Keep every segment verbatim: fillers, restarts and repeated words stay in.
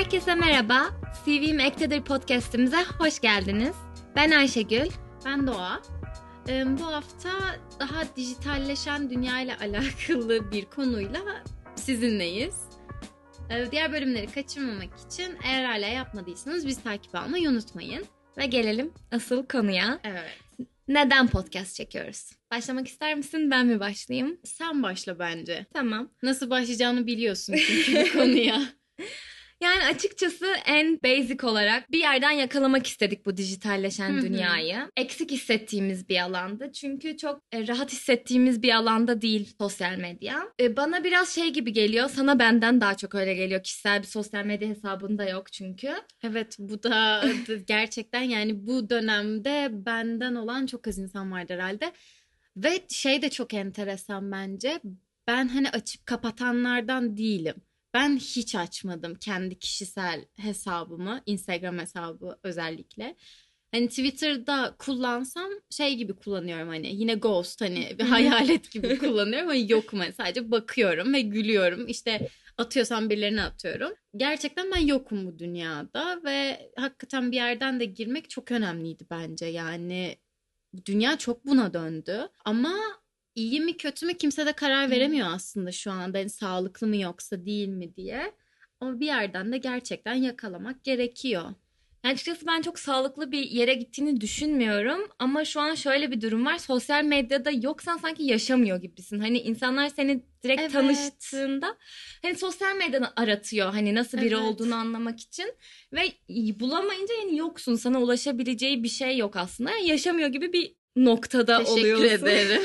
Herkese merhaba. C V'm Ektedir podcast'imize hoş geldiniz. Ben Ayşegül. Ben Doğa. Ee, bu hafta daha dijitalleşen dünyayla alakalı bir konuyla sizinleyiz. Ee, diğer bölümleri kaçırmamak için eğer hala yapmadıysanız bizi takip almayı unutmayın. Ve gelelim asıl konuya. Evet. Neden podcast çekiyoruz? Başlamak ister misin? Ben mi başlayayım? Sen başla bence. Tamam. Nasıl başlayacağını biliyorsun çünkü bu konuya. Yani açıkçası en basic olarak bir yerden yakalamak istedik bu dijitalleşen Hı hı. dünyayı. Eksik hissettiğimiz bir alandı. Çünkü çok e, rahat hissettiğimiz bir alanda değil sosyal medya. E, bana biraz şey gibi geliyor. Sana benden daha çok öyle geliyor. Kişisel bir sosyal medya hesabın da yok çünkü. Evet, bu da gerçekten yani bu dönemde benden olan çok az insan vardı herhalde. Ve şey de çok enteresan bence. Ben hani açıp kapatanlardan değilim. Ben hiç açmadım kendi kişisel hesabımı, Instagram hesabı özellikle. Hani Twitter'da kullansam şey gibi kullanıyorum, hani yine ghost, hani bir hayalet gibi kullanıyorum. Hani yokum, hani sadece bakıyorum ve gülüyorum. İşte atıyorsam birilerine atıyorum. Gerçekten ben yokum bu dünyada ve hakikaten bir yerden de girmek çok önemliydi bence. Yani dünya çok buna döndü ama iyi mi kötü mü kimse de karar veremiyor aslında şu anda. Yani sağlıklı mı yoksa değil mi diye. Ama bir yerden de gerçekten yakalamak gerekiyor. Yani açıkçası ben çok sağlıklı bir yere gittiğini düşünmüyorum. Ama şu an şöyle bir durum var. Sosyal medyada yoksan sanki yaşamıyor gibisin. Hani insanlar seni direkt Evet. tanıştığında hani sosyal medyadan aratıyor. Hani nasıl biri Evet. olduğunu anlamak için. Ve bulamayınca yani yoksun. Sana ulaşabileceği bir şey yok aslında. Yani yaşamıyor gibi bir noktada Teşekkür oluyorsun. ederim.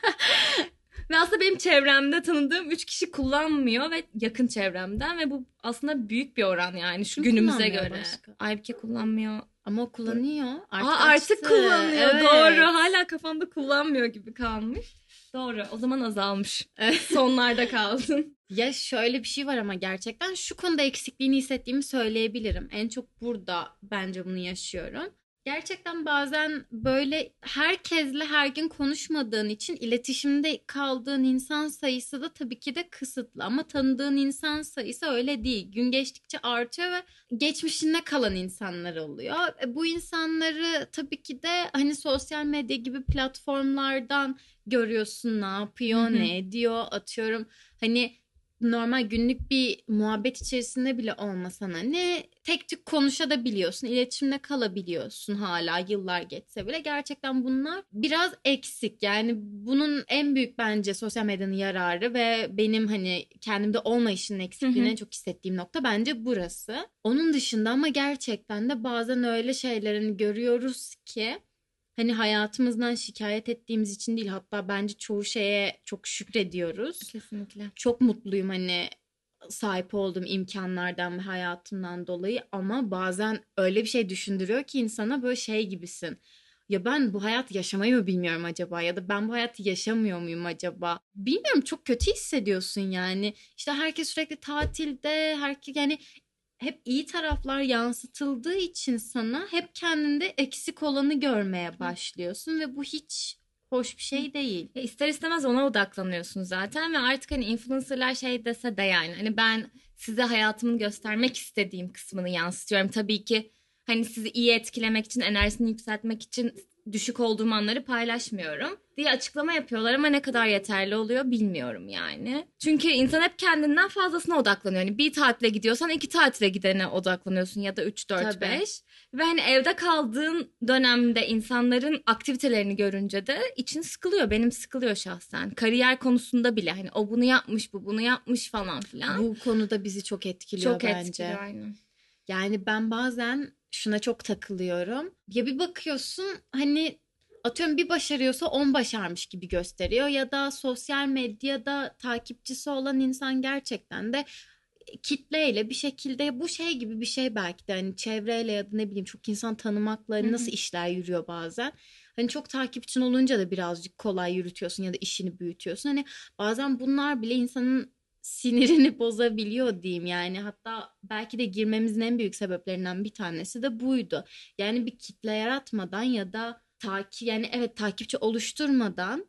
Ve aslında benim çevremde tanıdığım üç kişi kullanmıyor ve yakın çevremden ve bu aslında büyük bir oran yani şu Kim günümüze kullanmıyor göre. başka? Aybike kullanmıyor. Ama o kullanıyor. Artık, Aa, artık açtı. kullanıyor. Evet. Doğru. Hala kafamda kullanmıyor gibi kalmış. Doğru. O zaman azalmış. Sonlarda kaldın. Ya şöyle bir şey var ama gerçekten şu konuda eksikliğini hissettiğimi söyleyebilirim. En çok burada bence bunu yaşıyorum. Gerçekten bazen böyle herkesle her gün konuşmadığın için iletişimde kaldığın insan sayısı da tabii ki de kısıtlı. Ama tanıdığın insan sayısı öyle değil. Gün geçtikçe artıyor ve geçmişinde kalan insanlar oluyor. E, bu insanları tabii ki de hani sosyal medya gibi platformlardan görüyorsun, ne yapıyor, Hı hı. ne ediyor, atıyorum. Hani normal günlük bir muhabbet içerisinde bile olmasan hani tek tük konuşabiliyorsun, iletişimde kalabiliyorsun hala yıllar geçse bile. Gerçekten bunlar biraz eksik. Yani bunun en büyük bence sosyal medyanın yararı ve benim hani kendimde olmayışının eksikliğini Hı hı. en çok hissettiğim nokta bence burası. Onun dışında ama gerçekten de bazen öyle şeylerini görüyoruz ki hani hayatımızdan şikayet ettiğimiz için değil, hatta bence çoğu şeye çok şükrediyoruz. Kesinlikle. Çok mutluyum hani sahip olduğum imkanlardan ve hayatımdan dolayı, ama bazen öyle bir şey düşündürüyor ki insana, böyle şey gibisin. Ya ben bu hayatı yaşamayı mı bilmiyorum acaba, ya da ben bu hayatı yaşamıyor muyum acaba? Bilmiyorum, çok kötü hissediyorsun yani. İşte herkes sürekli tatilde, herkes yani hep iyi taraflar yansıtıldığı için sana hep kendinde eksik olanı görmeye başlıyorsun ve bu hiç hoş bir şey değil. Ya ister istemez ona odaklanıyorsun zaten ve artık hani influencerlar şey dese de yani hani ben size hayatımı göstermek istediğim kısmını yansıtıyorum. Tabii ki hani sizi iyi etkilemek için, enerjisini yükseltmek için düşük olduğum anları paylaşmıyorum diye açıklama yapıyorlar ama ne kadar yeterli oluyor bilmiyorum yani. Çünkü insan hep kendinden fazlasına odaklanıyor. Yani bir tatile gidiyorsan iki tatile gidene odaklanıyorsun ya da üç dört Tabii. beş. Ve hani evde kaldığın dönemde insanların aktivitelerini görünce de için sıkılıyor. Benim sıkılıyor şahsen. Kariyer konusunda bile hani o bunu yapmış, bu bunu yapmış falan filan. Bu konuda bizi çok etkiliyor Çok bence. etkiliyor aynen. Yani ben bazen şuna çok takılıyorum. Ya bir bakıyorsun hani atıyorum bir başarıyorsa on başarmış gibi gösteriyor, ya da sosyal medyada takipçisi olan insan gerçekten de kitleyle bir şekilde, bu şey gibi bir şey belki de, hani çevreyle ya da ne bileyim çok insan tanımakla Hı hı. nasıl işler yürüyor bazen. Hani çok takipçin olunca da birazcık kolay yürütüyorsun ya da işini büyütüyorsun. Hani bazen bunlar bile insanın sinirini bozabiliyor diyeyim yani. Hatta belki de girmemizin en büyük sebeplerinden bir tanesi de buydu. Yani bir kitle yaratmadan ya da takip, yani evet takipçi oluşturmadan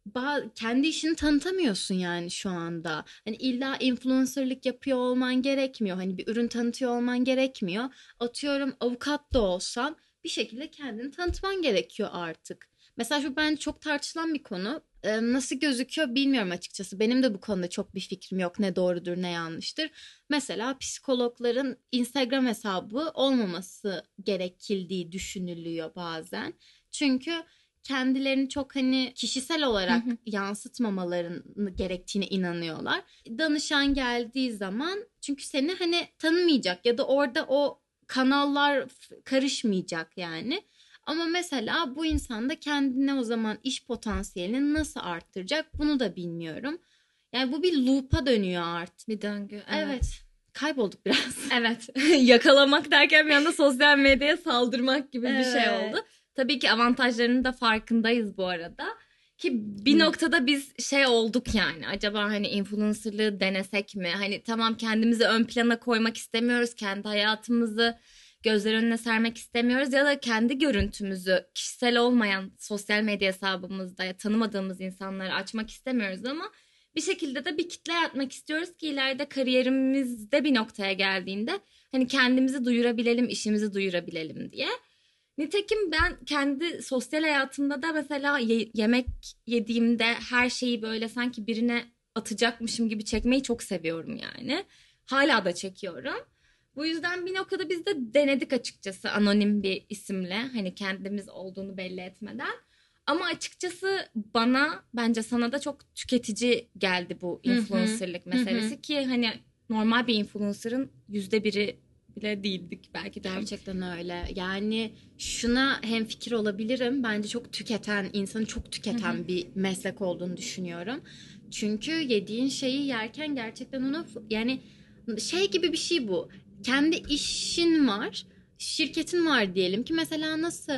ba- kendi işini tanıtamıyorsun yani şu anda. Hani illa influencerlık yapıyor olman gerekmiyor. Hani bir ürün tanıtıyor olman gerekmiyor. Atıyorum avukat da olsan bir şekilde kendini tanıtman gerekiyor artık. Mesela şu bence çok tartışılan bir konu. Ee, nasıl gözüküyor bilmiyorum açıkçası. Benim de bu konuda çok bir fikrim yok. Ne doğrudur ne yanlıştır. Mesela psikologların Instagram hesabı olmaması gerekildiği düşünülüyor bazen. Çünkü kendilerini çok hani kişisel olarak yansıtmamalarını gerektiğine inanıyorlar. Danışan geldiği zaman çünkü seni hani tanımayacak ya da orada o kanallar karışmayacak yani. Ama mesela bu insan da kendine o zaman iş potansiyelini nasıl arttıracak bunu da bilmiyorum. Yani bu bir loop'a dönüyor artık. Bir döngü, evet. Evet. Kaybolduk biraz. Evet. Yakalamak derken bir anda sosyal medyaya saldırmak gibi bir şey Evet. oldu. Tabii ki avantajlarının da farkındayız bu arada. Ki bir noktada biz şey olduk yani. Acaba hani influencerlığı denesek mi? Hani tamam, kendimizi ön plana koymak istemiyoruz. Kendi hayatımızı gözler önüne sermek istemiyoruz. Ya da kendi görüntümüzü kişisel olmayan sosyal medya hesabımızda ya tanımadığımız insanlara açmak istemiyoruz ama bir şekilde de bir kitle yaratmak istiyoruz ki ileride kariyerimizde bir noktaya geldiğinde hani kendimizi duyurabilelim, işimizi duyurabilelim diye. Nitekim ben kendi sosyal hayatımda da mesela ye- yemek yediğimde her şeyi böyle sanki birine atacakmışım gibi çekmeyi çok seviyorum yani. Hala da çekiyorum. Bu yüzden bir noktada biz de denedik açıkçası anonim bir isimle, hani kendimiz olduğunu belli etmeden. Ama açıkçası bana, bence sana da çok tüketici geldi bu Hı hı. influencerlık meselesi ki hani normal bir influencer'ın yüzde biri bile değildik belki de. Gerçekten öyle. Yani şuna hemfikir olabilirim. Bence çok tüketen, insanı çok tüketen bir meslek olduğunu düşünüyorum. Çünkü yediğin şeyi yerken gerçekten onu yani şey gibi bir şey bu. Kendi işin var, şirketin var diyelim ki mesela nasıl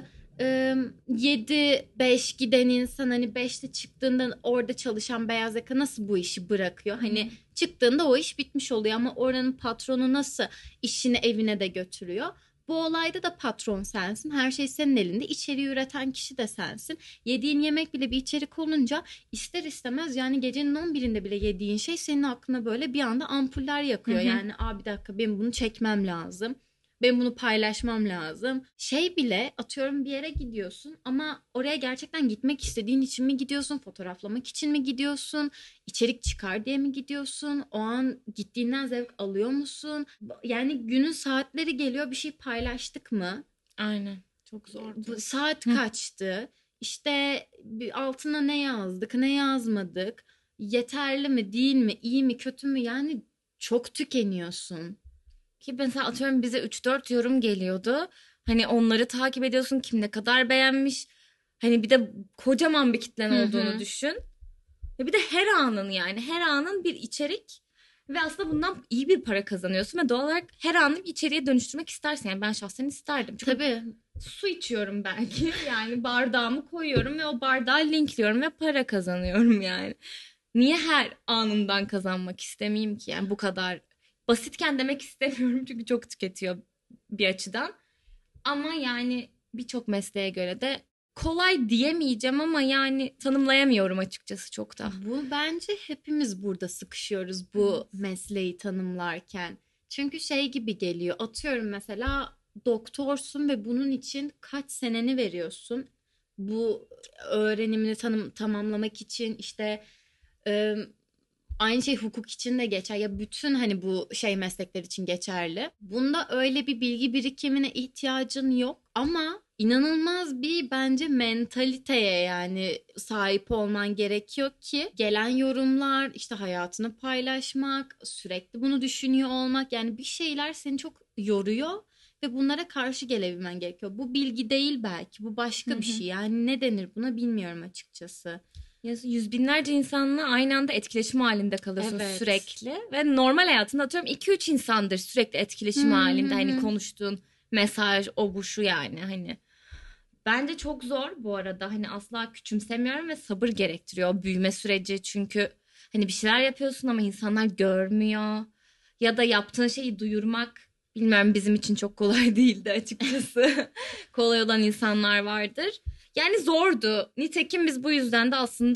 yedi beş giden insan hani beşte çıktığında orada çalışan beyaz yaka nasıl bu işi bırakıyor? Hani çıktığında o iş bitmiş oluyor ama oranın patronu nasıl işini evine de götürüyor? Bu olayda da patron sensin. Her şey senin elinde. İçeriği üreten kişi de sensin. Yediğin yemek bile bir içerik olunca ister istemez yani gecenin on birinde bile yediğin şey senin aklına böyle bir anda ampuller yakıyor. Hı hı. Yani aa bir dakika benim bunu çekmem lazım. Ben bunu paylaşmam lazım. Şey bile atıyorum bir yere gidiyorsun ama oraya gerçekten gitmek istediğin için mi gidiyorsun? Fotoğraflamak için mi gidiyorsun? İçerik çıkar diye mi gidiyorsun? O an gittiğinden zevk alıyor musun? Yani günün saatleri geliyor bir şey paylaştık mı? Aynen. Çok zor. Bu saat Hı. kaçtı? İşte altına ne yazdık, ne yazmadık? Yeterli mi, değil mi, iyi mi, kötü mü? Yani çok tükeniyorsun. Ki mesela atıyorum bize üç dört yorum geliyordu. Hani onları takip ediyorsun, kim ne kadar beğenmiş. Hani bir de kocaman bir kitlen Hı olduğunu hı. düşün. Ve bir de her anın, yani her anın bir içerik ve aslında bundan iyi bir para kazanıyorsun ve doğal olarak her anı bir içeriğe dönüştürmek istersin. Yani ben şahsen isterdim. Çünkü Tabii. su içiyorum belki. Yani bardağımı koyuyorum ve o bardağı linkliyorum ve para kazanıyorum yani. Niye her anından kazanmak istemeyeyim ki? Yani bu kadar basitken demek istemiyorum çünkü çok tüketiyor bir açıdan. Ama yani birçok mesleğe göre de kolay diyemeyeceğim ama yani tanımlayamıyorum açıkçası çok da. Bu bence hepimiz burada sıkışıyoruz bu mesleği tanımlarken. Çünkü şey gibi geliyor. Atıyorum mesela doktorsun ve bunun için kaç seneni veriyorsun? Bu öğrenimini tanım, tamamlamak için işte e, aynı şey hukuk için de geçer ya bütün hani bu şey meslekler için geçerli. Bunda öyle bir bilgi birikimine ihtiyacın yok ama inanılmaz bir bence mentaliteye yani sahip olman gerekiyor ki gelen yorumlar işte hayatını paylaşmak sürekli bunu düşünüyor olmak yani bir şeyler seni çok yoruyor ve bunlara karşı gelebilmen gerekiyor. Bu bilgi değil belki bu başka bir şey yani ne denir buna bilmiyorum açıkçası. Ya yüz binlerce insanla aynı anda etkileşim halinde kalıyorsun Evet. sürekli. Ve normal hayatında atıyorum iki üç insandır sürekli etkileşim Hı hı halinde. Hani hı. konuştuğun mesaj o bu şu yani hani. Bence çok zor bu arada. Hani asla küçümsemiyorum ve sabır gerektiriyor o büyüme süreci. Çünkü hani bir şeyler yapıyorsun ama insanlar görmüyor. Ya da yaptığın şeyi duyurmak bilmiyorum, bizim için çok kolay değildi açıkçası. Kolay olan insanlar vardır. Yani zordu. Nitekim biz bu yüzden de aslında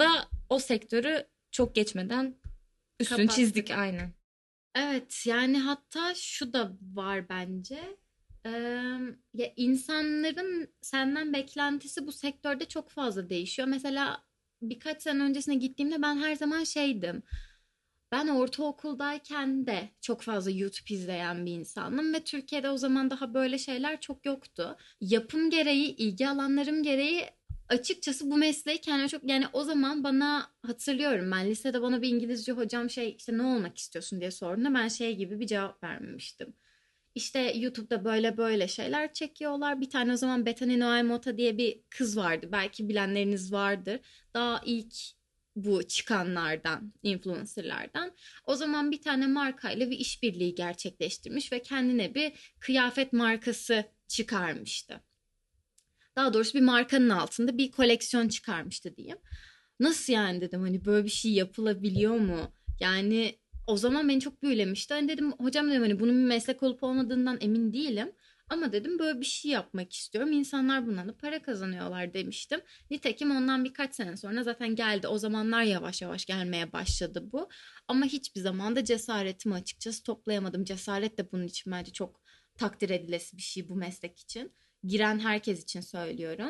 o sektörü çok geçmeden üstünü Kapattık. çizdik aynen. Evet, yani hatta şu da var bence. Ee, Ya insanların senden beklentisi bu sektörde çok fazla değişiyor. Mesela birkaç sene öncesine gittiğimde ben her zaman şeydim. Ben ortaokuldayken de çok fazla YouTube izleyen bir insandım ve Türkiye'de o zaman daha böyle şeyler çok yoktu. Yapım gereği, ilgi alanlarım gereği açıkçası bu mesleği kendime çok, yani o zaman bana, hatırlıyorum, ben lisede bana bir İngilizce hocam şey işte ne olmak istiyorsun diye sorduğunda ben şey gibi bir cevap vermemiştim. İşte YouTube'da böyle böyle şeyler çekiyorlar. Bir tane o zaman Bethany Noel Mota diye bir kız vardı. Belki bilenleriniz vardır. Daha ilk bu çıkanlardan, influencerlardan. O zaman bir tane markayla bir işbirliği gerçekleştirmiş ve kendine bir kıyafet markası çıkarmıştı. Daha doğrusu bir markanın altında bir koleksiyon çıkarmıştı diyeyim. Nasıl yani dedim, hani böyle bir şey yapılabiliyor mu? Yani o zaman beni çok büyülemişti. Hani dedim hocam, dedim hani bunun bir meslek olup olmadığından emin değilim. Ama dedim böyle bir şey yapmak istiyorum. İnsanlar bundan da para kazanıyorlar demiştim. Nitekim ondan birkaç sene sonra zaten geldi. O zamanlar yavaş yavaş gelmeye başladı bu. Ama hiçbir zaman da cesaretimi açıkçası toplayamadım. Cesaret de bunun için bence çok takdir edilesi bir şey bu meslek için. Giren herkes için söylüyorum.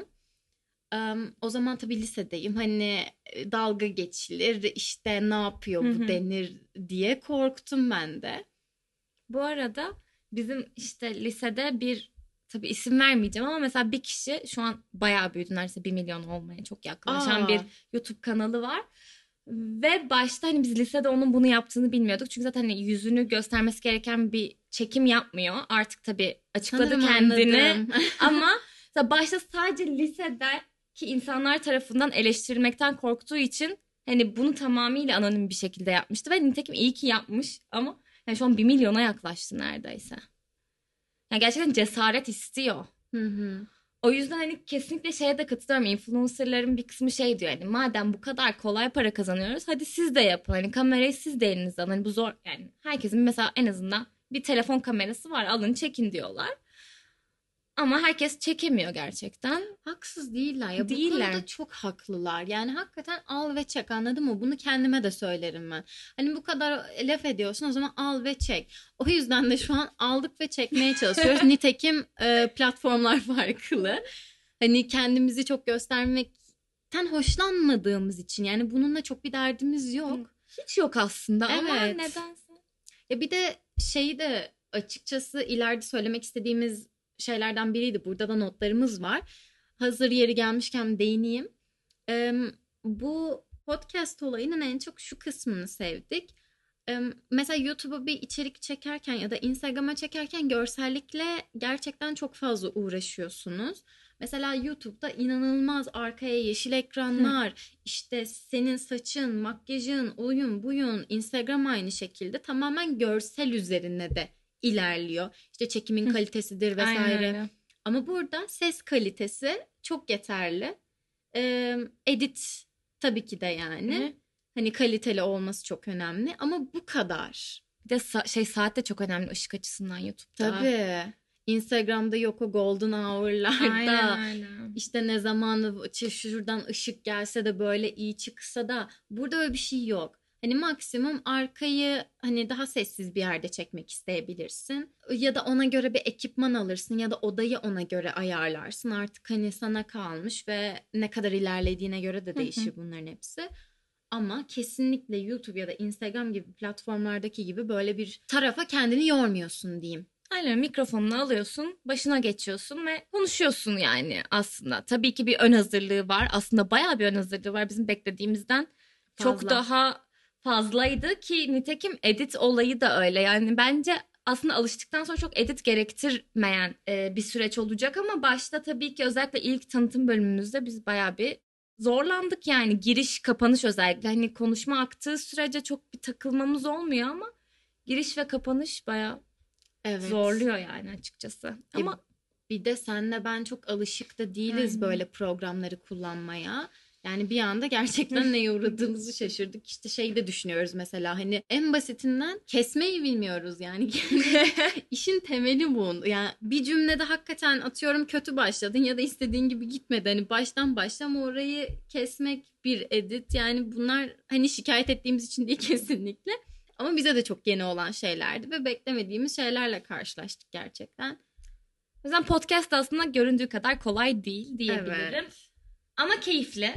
Um, o zaman tabii lisedeyim. Hani e, dalga geçilir, işte ne yapıyor Hı bu hı. denir diye korktum ben de. Bu arada bizim işte lisede bir, tabii isim vermeyeceğim ama mesela bir kişi şu an bayağı büyüdü, neredeyse bir milyon olmaya çok yaklaşan bir Aa, YouTube kanalı var. Ve başta hani biz lisede onun bunu yaptığını bilmiyorduk. Çünkü zaten hani yüzünü göstermesi gereken bir çekim yapmıyor. Artık tabii açıkladı sanırım kendini. anladım. Ama mesela başta sadece lisedeki insanlar tarafından eleştirilmekten korktuğu için hani bunu tamamıyla anonim bir şekilde yapmıştı. Ve nitekim iyi ki yapmış ama yani şu an bir milyona yaklaştı neredeyse. Yani gerçekten cesaret istiyor. Hı hı. O yüzden hani kesinlikle şeye de katılıyorum. Influencerların bir kısmı şey diyor, hani madem bu kadar kolay para kazanıyoruz hadi siz de yapın. Hani kamerayı siz de elinizde alın. Hani bu zor, yani herkesin mesela en azından bir telefon kamerası var, alın çekin diyorlar. Ama herkes çekemiyor gerçekten. Haksız değiller ya, bu Değiller. konuda çok haklılar. Yani hakikaten al ve çek, anladın mı? Bunu kendime de söylerim ben. Hani bu kadar laf ediyorsun, o zaman al ve çek. O yüzden de şu an aldık ve çekmeye çalışıyoruz. Nitekim e, platformlar farklı. Hani kendimizi çok göstermekten hoşlanmadığımız için, yani bununla çok bir derdimiz yok. Hiç yok aslında ama Evet. nedense. Ya bir de şeyi de açıkçası ileride söylemek istediğimiz şeylerden biriydi. Burada da notlarımız var. Hazır yeri gelmişken değineyim. Ee, Bu podcast olayının en çok şu kısmını sevdik. Ee, Mesela YouTube'a bir içerik çekerken ya da Instagram'a çekerken görsellikle gerçekten çok fazla uğraşıyorsunuz. Mesela YouTube'da inanılmaz arkaya yeşil ekranlar, işte senin saçın, makyajın, oyun, buyun, Instagram aynı şekilde tamamen görsel üzerine de ilerliyor. İşte çekimin kalitesidir Aynen vesaire. öyle. Ama burada ses kalitesi çok yeterli. Ee, edit tabii ki de yani. Hı. Hani kaliteli olması çok önemli ama bu kadar. Bir de sa- şey saat de çok önemli ışık açısından YouTube'da. Tabii. Instagram'da yok o golden hour'larda, Aynen öyle. işte ne zaman şuradan ışık gelse de böyle iyi çıksa da, burada öyle bir şey yok. Hani maksimum arkayı hani daha sessiz bir yerde çekmek isteyebilirsin. Ya da ona göre bir ekipman alırsın ya da odayı ona göre ayarlarsın. Artık hani sana kalmış ve ne kadar ilerlediğine göre de Hı hı. değişir bunların hepsi. Ama kesinlikle YouTube ya da Instagram gibi platformlardaki gibi böyle bir tarafa kendini yormuyorsun diyeyim. Aynen, mikrofonunu alıyorsun, başına geçiyorsun ve konuşuyorsun yani aslında. Tabii ki bir ön hazırlığı var. Aslında bayağı bir ön hazırlığı var. Bizim beklediğimizden çok Fazla. daha fazlaydı ki nitekim edit olayı da öyle. Yani bence aslında alıştıktan sonra çok edit gerektirmeyen e, bir süreç olacak ama başta tabii ki özellikle ilk tanıtım bölümümüzde biz bayağı bir zorlandık yani, giriş kapanış özellikle. Hani konuşma aktığı sürece çok bir takılmamız olmuyor ama giriş ve kapanış bayağı Evet. zorluyor yani açıkçası. E, Ama Bir de senle ben çok alışık da değiliz aynen. böyle programları kullanmaya. Yani bir anda gerçekten neye uğradığımızı şaşırdık. İşte şey de düşünüyoruz mesela, hani en basitinden kesmeyi bilmiyoruz yani. İşin temeli bu. Yani bir cümlede hakikaten atıyorum kötü başladın ya da istediğin gibi gitmedi. Hani baştan başla ama orayı kesmek bir edit. Yani bunlar hani şikayet ettiğimiz için değil kesinlikle. Ama bize de çok yeni olan şeylerdi ve beklemediğimiz şeylerle karşılaştık gerçekten. O yüzden podcast aslında göründüğü kadar kolay değil diyebilirim. Evet. Ama keyifli.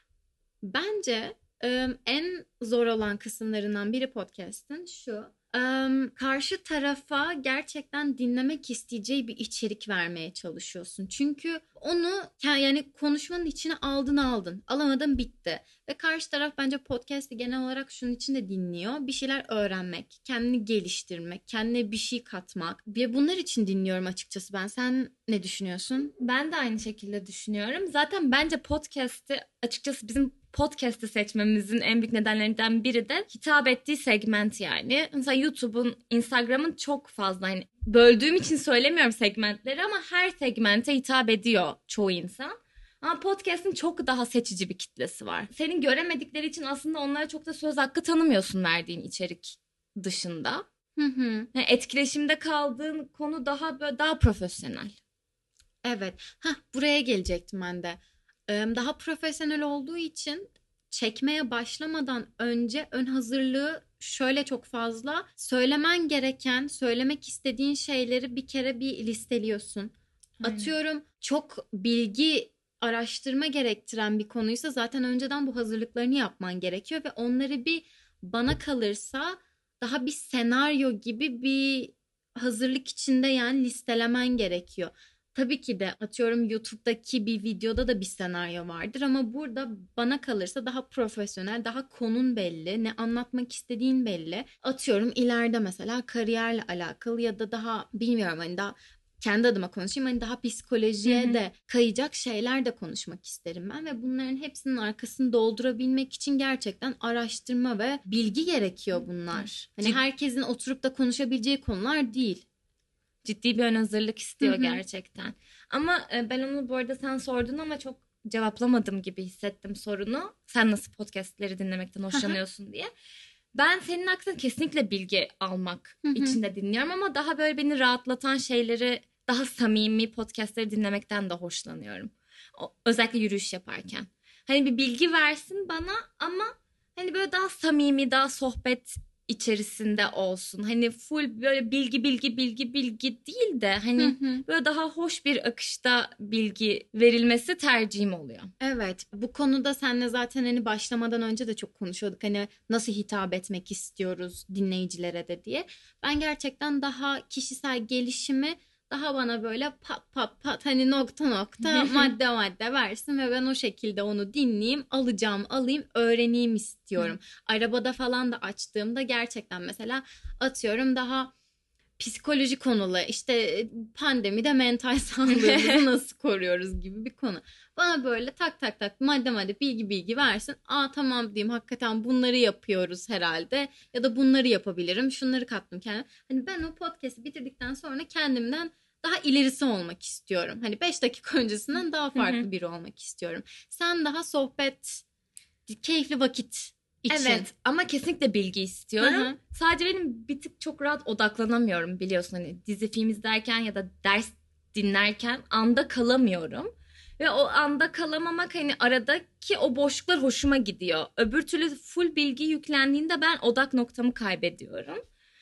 Bence ım, en zor olan kısımlarından biri podcast'ın şu. Im, karşı tarafa gerçekten dinlemek isteyeceği bir içerik vermeye çalışıyorsun. Çünkü onu ke- yani konuşmanın içine aldın aldın. Alamadın bitti. Ve karşı taraf bence podcast'i genel olarak şunun için de dinliyor. Bir şeyler öğrenmek, kendini geliştirmek, kendine bir şey katmak. Ve bunlar için dinliyorum açıkçası ben. Sen ne düşünüyorsun? Ben de aynı şekilde düşünüyorum. Zaten bence podcast'i açıkçası bizim podcast'i seçmemizin en büyük nedenlerinden biri de hitap ettiği segment yani. Mesela YouTube'un, Instagram'ın çok fazla hani böldüğüm için söylemiyorum segmentleri ama her segmente hitap ediyor çoğu insan. Ama podcast'in çok daha seçici bir kitlesi var. Senin göremedikleri için aslında onlara çok da söz hakkı tanımıyorsun verdiğin içerik dışında. Hı hı. Yani etkileşimde kaldığın konu daha böyle daha profesyonel. Evet. Hah, buraya gelecektim ben de. Ee, Daha profesyonel olduğu için çekmeye başlamadan önce ön hazırlığı şöyle çok fazla. Söylemen gereken, söylemek istediğin şeyleri bir kere bir listeliyorsun. Aynen. Atıyorum, çok bilgi araştırma gerektiren bir konuysa zaten önceden bu hazırlıklarını yapman gerekiyor ve onları bir, bana kalırsa daha bir senaryo gibi bir hazırlık içinde yani listelemen gerekiyor. Tabii ki de atıyorum YouTube'daki bir videoda da bir senaryo vardır ama burada bana kalırsa daha profesyonel, daha konun belli, ne anlatmak istediğin belli. Atıyorum ileride mesela kariyerle alakalı ya da daha bilmiyorum, hani daha kendi adıma konuşayım, hani daha psikolojiye Hı hı. de kayacak şeyler de konuşmak isterim ben ve bunların hepsinin arkasını doldurabilmek için gerçekten araştırma ve bilgi gerekiyor bunlar. Hani Cid- herkesin oturup da konuşabileceği konular değil. Ciddi bir ön hazırlık Hı istiyor hı. gerçekten. Ama e, ben onu bu arada sen sordun ama çok cevaplamadım gibi hissettim sorunu. Sen nasıl podcastleri dinlemekten Hı hı. hoşlanıyorsun diye. Ben senin aksine kesinlikle bilgi almak Hı hı. için de dinliyorum ama daha böyle beni rahatlatan şeyleri, daha samimi podcastleri dinlemekten de hoşlanıyorum. O, özellikle yürüyüş yaparken. Hani bir bilgi versin bana ama hani böyle daha samimi, daha sohbet içerisinde olsun. Hani full böyle bilgi bilgi bilgi bilgi değil de Hı hani hı. böyle daha hoş bir akışta bilgi verilmesi tercihim oluyor. Evet, bu konuda seninle zaten hani başlamadan önce de çok konuşuyorduk. Hani nasıl hitap etmek istiyoruz dinleyicilere de diye. Ben gerçekten daha kişisel gelişimi daha bana böyle pat pat pat hani nokta nokta madde madde versin ve ben o şekilde onu dinleyeyim, alacağım, alayım, öğreneyim istiyorum. Arabada falan da açtığımda gerçekten mesela atıyorum daha psikoloji konulu, işte pandemide mental sağlığımızı nasıl koruyoruz gibi bir konu. Bana böyle tak tak tak madde madde bilgi bilgi versin. Aa tamam diyeyim, hakikaten bunları yapıyoruz herhalde ya da bunları yapabilirim. Şunları kattım kendime. Hani ben o podcast'i bitirdikten sonra kendimden daha ilerisi olmak istiyorum. Hani beş dakika öncesinden daha farklı biri olmak istiyorum. Sen daha sohbet, keyifli vakit için. Evet ama kesinlikle bilgi Hı istiyorum. hı. Sadece benim bir tık çok rahat odaklanamıyorum biliyorsun hani dizi film izlerken ya da ders dinlerken anda kalamıyorum. Ve o anda kalamamak hani aradaki o boşluklar hoşuma gidiyor. Öbür türlü full bilgi yüklendiğinde ben odak noktamı kaybediyorum.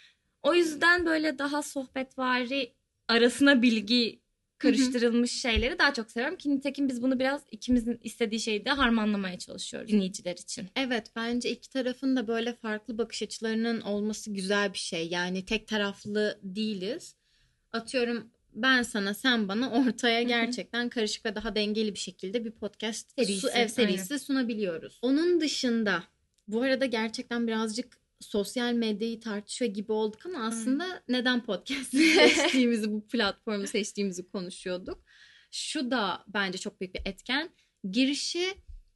O yüzden böyle daha sohbetvari arasına bilgi Hı hı. karıştırılmış şeyleri daha çok seviyorum. Ki nitekim biz bunu biraz ikimizin istediği şeyi de harmanlamaya çalışıyoruz dinleyiciler için. Evet, bence iki tarafın da böyle farklı bakış açılarının olması güzel bir şey. Yani tek taraflı değiliz. Atıyorum, ben sana sen bana ortaya gerçekten karışık ve daha dengeli bir şekilde bir podcast su, ev Serisi, aynen. serisi sunabiliyoruz. Onun dışında bu arada gerçekten birazcık sosyal medyayı tartışıyor gibi olduk ama Aynen. aslında neden podcast seçtiğimizi, bu platformu seçtiğimizi konuşuyorduk. Şu da bence çok büyük bir etken. Girişi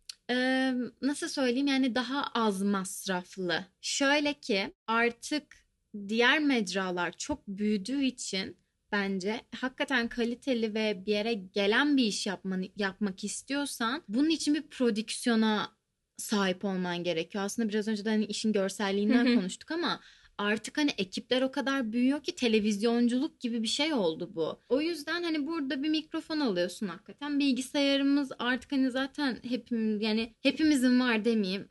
Eee, nasıl söyleyeyim, yani daha az masraflı. Şöyle ki artık diğer mecralar çok büyüdüğü için bence. Hakikaten kaliteli ve bir yere gelen bir iş yapmanı, yapmak istiyorsan bunun için bir prodüksiyona sahip olman gerekiyor. Aslında biraz önce de hani işin görselliğinden konuştuk ama artık hani ekipler o kadar büyüyor ki televizyonculuk gibi bir şey oldu bu. O yüzden hani burada bir mikrofon alıyorsun hakikaten. Bilgisayarımız artık hani zaten hepimiz, yani hepimizin var demeyeyim.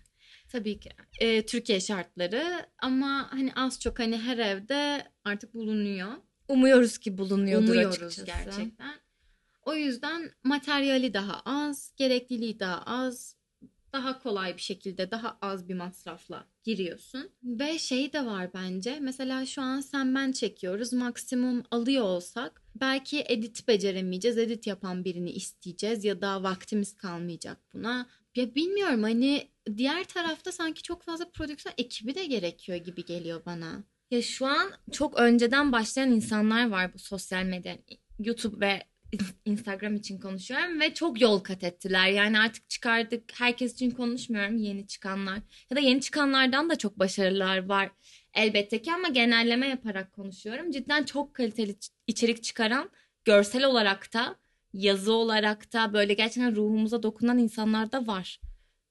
Tabii ki. Ee, Türkiye şartları ama hani az çok hani her evde artık bulunuyor. Umuyoruz ki bulunuyordur Umuyoruz açıkçası. gerçekten. O yüzden materyali daha az, gerekliliği daha az, daha kolay bir şekilde, daha az bir masrafla giriyorsun. Ve şey de var bence. Mesela şu an sen ben çekiyoruz. Maksimum alıyor olsak belki edit beceremeyeceğiz. Edit yapan birini isteyeceğiz ya da vaktimiz kalmayacak buna. Ya bilmiyorum, hani diğer tarafta sanki çok fazla prodüksiyon ekibi de gerekiyor gibi geliyor bana. Ya şu an çok önceden başlayan insanlar var bu sosyal medya, YouTube ve Instagram için konuşuyorum ve çok yol kat ettiler. Yani artık çıkardık, herkes için konuşmuyorum, yeni çıkanlar ya da yeni çıkanlardan da çok başarılılar var elbette ki ama genelleme yaparak konuşuyorum. Cidden çok kaliteli içerik çıkaran, görsel olarak da yazı olarak da böyle gerçekten ruhumuza dokunan insanlar da var.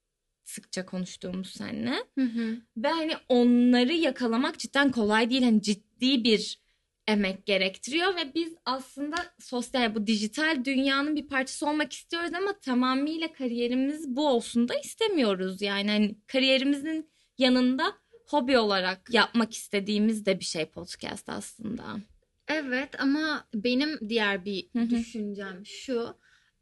Sıkça konuştuğumuz seninle. Hı hı. Ve hani onları yakalamak cidden kolay değil. Hani ciddi bir emek gerektiriyor ve biz aslında sosyal, bu dijital dünyanın bir parçası olmak istiyoruz ama tamamıyla kariyerimiz bu olsun da istemiyoruz. Yani hani kariyerimizin yanında hobi olarak yapmak istediğimiz de bir şey podcast aslında. Evet ama benim diğer bir düşüncem şu.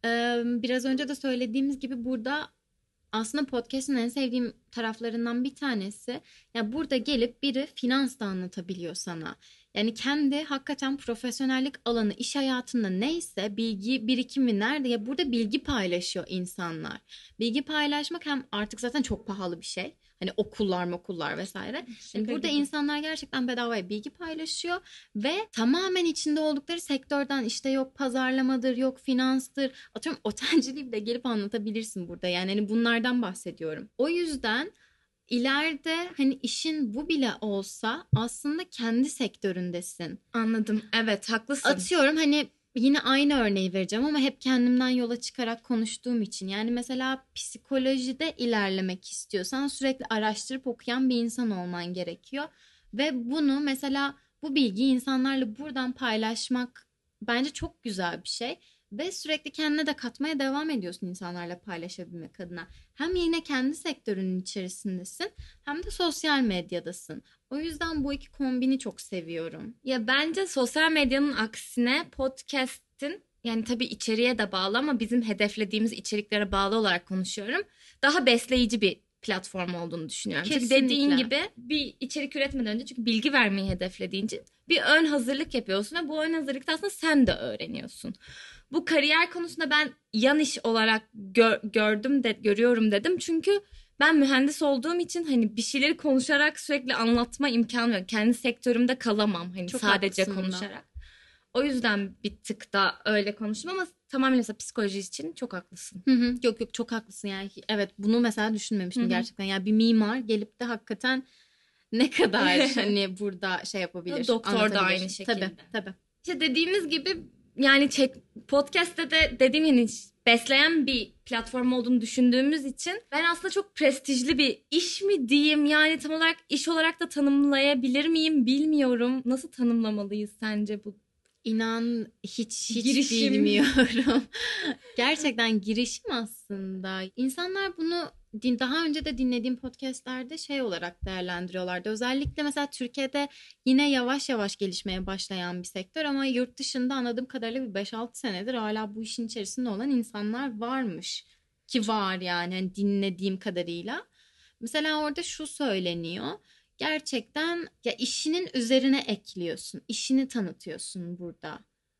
Biraz önce de söylediğimiz gibi burada aslında podcast'ın en sevdiğim taraflarından bir tanesi, ya burada gelip biri finans da anlatabiliyor sana. Yani kendi hakikaten profesyonellik alanı, iş hayatında neyse, bilgi birikimi nerede, ya burada bilgi paylaşıyor insanlar. Bilgi paylaşmak hem artık zaten çok pahalı bir şey. Hani okullar okullar vesaire. Yani burada gibi. İnsanlar gerçekten bedavaya bilgi paylaşıyor ve tamamen içinde oldukları sektörden, işte yok pazarlamadır, yok finanstır, atıyorum otelciliği bile gelip anlatabilirsin burada. Yani hani bunlardan bahsediyorum. O yüzden ileride hani işin bu bile olsa aslında kendi sektöründesin. Anladım. Evet, haklısın. Atıyorum hani yine aynı örneği vereceğim ama hep kendimden yola çıkarak konuştuğum için. Yani mesela psikolojide ilerlemek istiyorsan sürekli araştırıp okuyan bir insan olman gerekiyor. Ve bunu mesela, bu bilgiyi insanlarla buradan paylaşmak bence çok güzel bir şey. Ve sürekli kendine de katmaya devam ediyorsun insanlarla paylaşabilmek adına. Hem yine kendi sektörünün içerisindesin hem de sosyal medyadasın. O yüzden bu iki kombini çok seviyorum. Ya bence sosyal medyanın aksine podcast'in, yani tabii içeriğe de bağlı ama bizim hedeflediğimiz içeriklere bağlı olarak konuşuyorum, daha besleyici bir platform olduğunu düşünüyorum. Kesinlikle. Çünkü dediğin gibi bir içerik üretmeden önce, çünkü bilgi vermeyi hedeflediğin için bir ön hazırlık yapıyorsun ve bu ön hazırlıkta aslında sen de öğreniyorsun. Bu kariyer konusunda ben yan iş olarak gör, gördüm de görüyorum dedim. Çünkü ben mühendis olduğum için hani bir şeyleri konuşarak sürekli anlatma imkanı yok. Kendi sektörümde kalamam hani çok sadece konuşarak. Da. O yüzden bir tık da öyle konuştum ama tamamen mesela psikoloji için çok haklısın. Hı hı. Yok yok çok haklısın yani. Evet, bunu mesela düşünmemiştim, hı hı, gerçekten. Yani bir mimar gelip de hakikaten ne kadar hani burada şey yapabilir. Doktor da aynı şekilde. Tabii tabii. İşte dediğimiz gibi yani çek, podcast'te de dediğim yani besleyen bir platform olduğunu düşündüğümüz için ben aslında çok prestijli bir iş mi diyeyim, yani tam olarak iş olarak da tanımlayabilir miyim bilmiyorum. Nasıl tanımlamalıyız sence bu? İnan hiç hiç girişim. Bilmiyorum. Gerçekten girişim aslında. İnsanlar bunu daha önce de dinlediğim podcastlerde şey olarak değerlendiriyorlardı. Özellikle mesela Türkiye'de yine yavaş yavaş gelişmeye başlayan bir sektör ama yurt dışında anladığım kadarıyla bir beş altı senedir hala bu işin içerisinde olan insanlar varmış. Ki var yani hani dinlediğim kadarıyla. Mesela orada şu söyleniyor. Gerçekten ya işinin üzerine ekliyorsun. İşini tanıtıyorsun burada.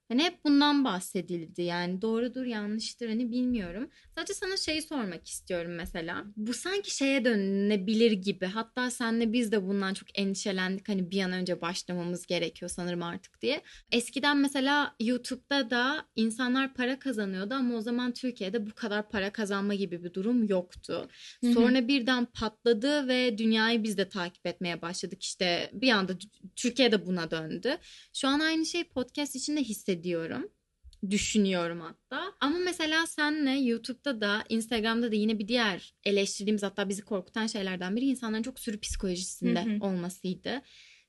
Hani hep bundan bahsedildi, yani doğrudur yanlıştır hani bilmiyorum. Sadece sana şeyi sormak istiyorum mesela. Bu sanki şeye dönebilir gibi. Hatta senle biz de bundan çok endişelendik. Hani bir an önce başlamamız gerekiyor sanırım artık diye. Eskiden mesela YouTube'da da insanlar para kazanıyordu ama o zaman Türkiye'de bu kadar para kazanma gibi bir durum yoktu. Hı hı. Sonra birden patladı ve dünyayı biz de takip etmeye başladık. İşte bir anda Türkiye'de buna döndü. Şu an aynı şey podcast için de hissediyorum. Düşünüyorum hatta. Ama mesela senle YouTube'da da Instagram'da da yine bir diğer eleştirdiğimiz, hatta bizi korkutan şeylerden biri insanların çok sürü psikolojisinde Hı hı. olmasıydı.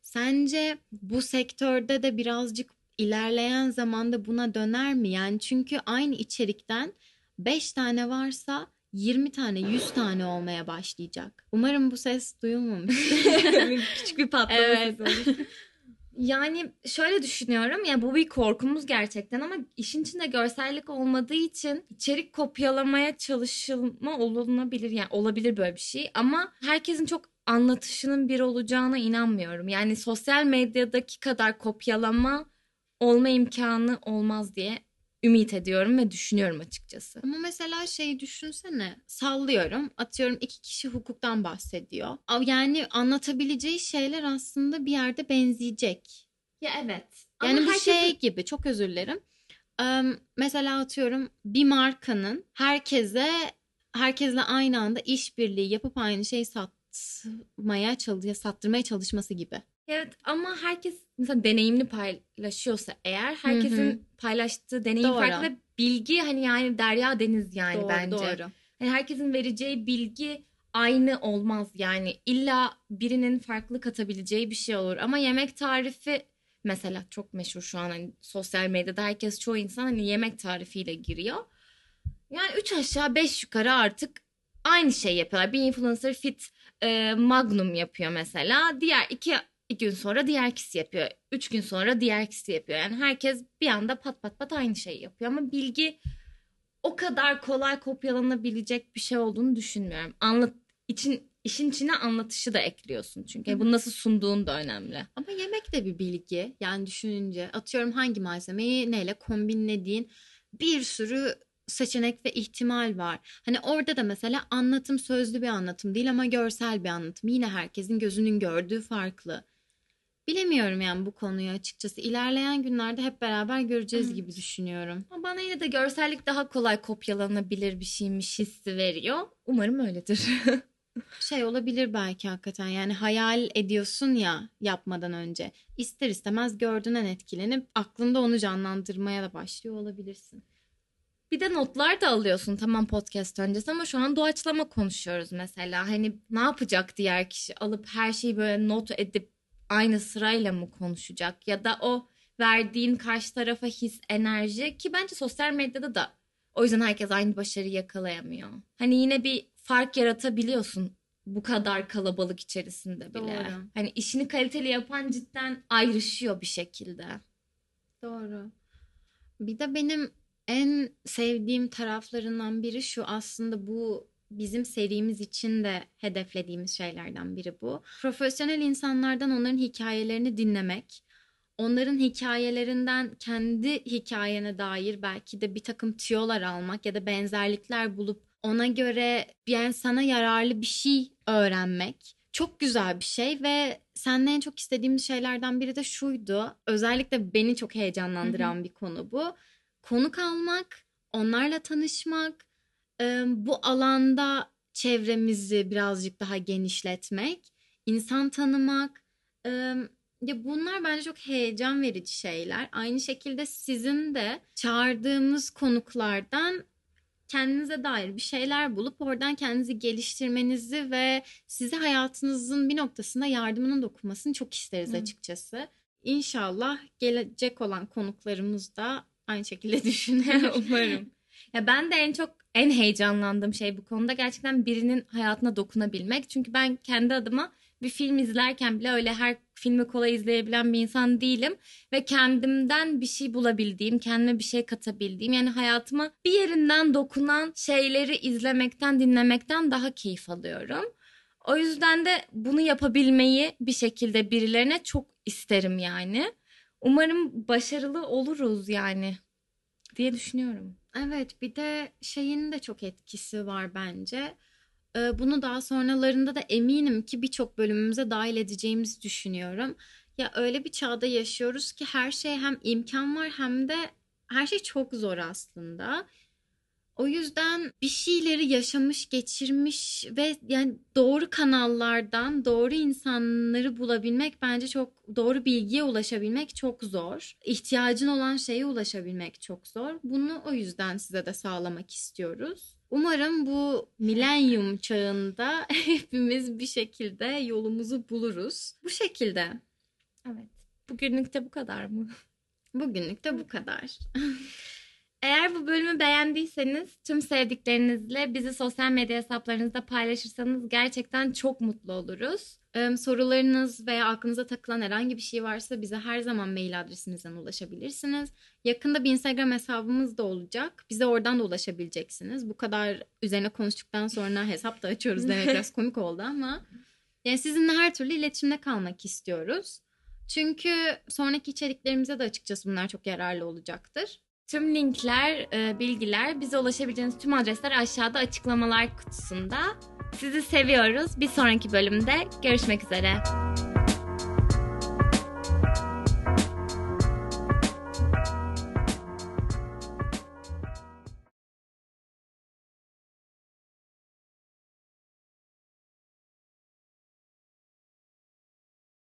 Sence bu sektörde de birazcık ilerleyen zamanda buna döner mi? Yani çünkü aynı içerikten beş tane varsa yirmi tane, yüz tane olmaya başlayacak. Umarım bu ses duyulmamıştır. Küçük bir patlama Evet. sesi olmuş. Yani şöyle düşünüyorum ya, bu bir korkumuz gerçekten ama işin içinde görsellik olmadığı için içerik kopyalamaya çalışılma olunabilir, yani olabilir böyle bir şey ama herkesin çok anlatışının bir olacağına inanmıyorum. Yani sosyal medyadaki kadar kopyalama olma imkanı olmaz diye ümit ediyorum ve düşünüyorum açıkçası. Ama mesela şey düşünsene, sallıyorum, atıyorum iki kişi hukuktan bahsediyor. Yani anlatabileceği şeyler aslında bir yerde benzeyecek. Ya evet. Yani Ama bu herkesin şey gibi, çok özür dilerim. Eee, mesela atıyorum bir markanın herkese herkesle aynı anda işbirliği yapıp aynı şeyi satmaya çalışıyor, sattırmaya çalışması gibi. Evet ama herkes mesela deneyimini paylaşıyorsa eğer, Hı hı. herkesin paylaştığı deneyim farklı Doğru. ve bilgi hani yani derya deniz yani Doğru, bence. doğru. Hani herkesin vereceği bilgi aynı olmaz yani, illa birinin farklı katabileceği bir şey olur ama yemek tarifi mesela çok meşhur şu an, hani sosyal medyada herkes, çoğu insan hani yemek tarifiyle giriyor. Yani üç aşağı beş yukarı artık aynı şey yapıyorlar. Bir influencer fit e, Magnum yapıyor mesela. Diğer iki, iki gün sonra diğer kişi yapıyor. Üç gün sonra diğer kişi yapıyor. Yani herkes bir anda pat pat pat aynı şeyi yapıyor. Ama bilgi o kadar kolay kopyalanabilecek bir şey olduğunu düşünmüyorum. Anlat, için, işin içine anlatışı da ekliyorsun çünkü. Hı Yani hı. bunu nasıl sunduğun da önemli. Ama yemek de bir bilgi. Yani düşününce atıyorum hangi malzemeyi neyle kombinlediğin, bir sürü seçenek ve ihtimal var. Hani orada da mesela anlatım sözlü bir anlatım değil ama görsel bir anlatım. Yine herkesin gözünün gördüğü farklı. Bilemiyorum yani bu konuyu açıkçası. İlerleyen günlerde hep beraber göreceğiz gibi Evet. düşünüyorum. Ama bana yine de görsellik daha kolay kopyalanabilir bir şeymiş hissi veriyor. Umarım öyledir. Şey olabilir belki hakikaten, yani hayal ediyorsun ya yapmadan önce. İster istemez gördüğünden etkilenip aklında onu canlandırmaya da başlıyor olabilirsin. Bir de notlar da alıyorsun tamam podcast öncesi ama şu an doğaçlama konuşuyoruz mesela. Hani ne yapacak diğer kişi, alıp her şeyi böyle not edip aynı sırayla mı konuşacak? Ya da o verdiğin karşı tarafa his, enerji, ki bence sosyal medyada da o yüzden herkes aynı başarıyı yakalayamıyor. Hani yine bir fark yaratabiliyorsun bu kadar kalabalık içerisinde bile. Doğru. Hani işini kaliteli yapan cidden ayrışıyor bir şekilde. Doğru. Bir de benim en sevdiğim taraflarından biri şu, aslında bu bizim serimiz için de hedeflediğimiz şeylerden biri bu. Profesyonel insanlardan onların hikayelerini dinlemek, onların hikayelerinden kendi hikayene dair belki de bir takım tüyolar almak ya da benzerlikler bulup ona göre yani sana yararlı bir şey öğrenmek çok güzel bir şey ve seninle en çok istediğim şeylerden biri de şuydu. Özellikle beni çok Hı hı. heyecanlandıran bir konu bu. Konuk almak, onlarla tanışmak, e, bu alanda çevremizi birazcık daha genişletmek, insan tanımak. e, Ya bunlar bence çok heyecan verici şeyler. Aynı şekilde sizin de çağırdığımız konuklardan kendinize dair bir şeyler bulup oradan kendinizi geliştirmenizi ve size hayatınızın bir noktasında yardımının dokunmasını çok isteriz Evet. açıkçası. İnşallah gelecek olan konuklarımız da aynı şekilde düşünür. Umarım. Ya ben de en çok en heyecanlandığım şey bu konuda gerçekten birinin hayatına dokunabilmek. Çünkü ben kendi adıma bir film izlerken bile öyle her filmi kolay izleyebilen bir insan değilim. Ve kendimden bir şey bulabildiğim, kendime bir şey katabildiğim, yani hayatıma bir yerinden dokunan şeyleri izlemekten, dinlemekten daha keyif alıyorum. O yüzden de bunu yapabilmeyi bir şekilde birilerine çok isterim yani. Umarım başarılı oluruz yani diye düşünüyorum. Evet, bir de şeyin de çok etkisi var bence. Ee, Bunu daha sonralarında da eminim ki birçok bölümümüze dahil edeceğimizi düşünüyorum. Ya öyle bir çağda yaşıyoruz ki her şey hem imkan var hem de her şey çok zor aslında. O yüzden bir şeyleri yaşamış, geçirmiş ve yani doğru kanallardan doğru insanları bulabilmek bence çok doğru bilgiye ulaşabilmek çok zor. İhtiyacın olan şeye ulaşabilmek çok zor. Bunu o yüzden size de sağlamak istiyoruz. Umarım bu milenyum çağında hepimiz bir şekilde yolumuzu buluruz. Bu şekilde. Evet. Bugünlük de bu kadar mı? Bugünlük de bu kadar. Eğer bu bölümü beğendiyseniz tüm sevdiklerinizle bizi sosyal medya hesaplarınızda paylaşırsanız gerçekten çok mutlu oluruz. Ee, sorularınız veya aklınıza takılan herhangi bir şey varsa bize her zaman mail adresimizden ulaşabilirsiniz. Yakında bir Instagram hesabımız da olacak. Bize oradan da ulaşabileceksiniz. Bu kadar üzerine konuştuktan sonra hesap da açıyoruz demek biraz komik oldu ama yani sizinle her türlü iletişimde kalmak istiyoruz. Çünkü sonraki içeriklerimize de açıkçası bunlar çok yararlı olacaktır. Tüm linkler, e, bilgiler, bize ulaşabileceğiniz tüm adresler aşağıda açıklamalar kutusunda. Sizi seviyoruz. Bir sonraki bölümde görüşmek üzere.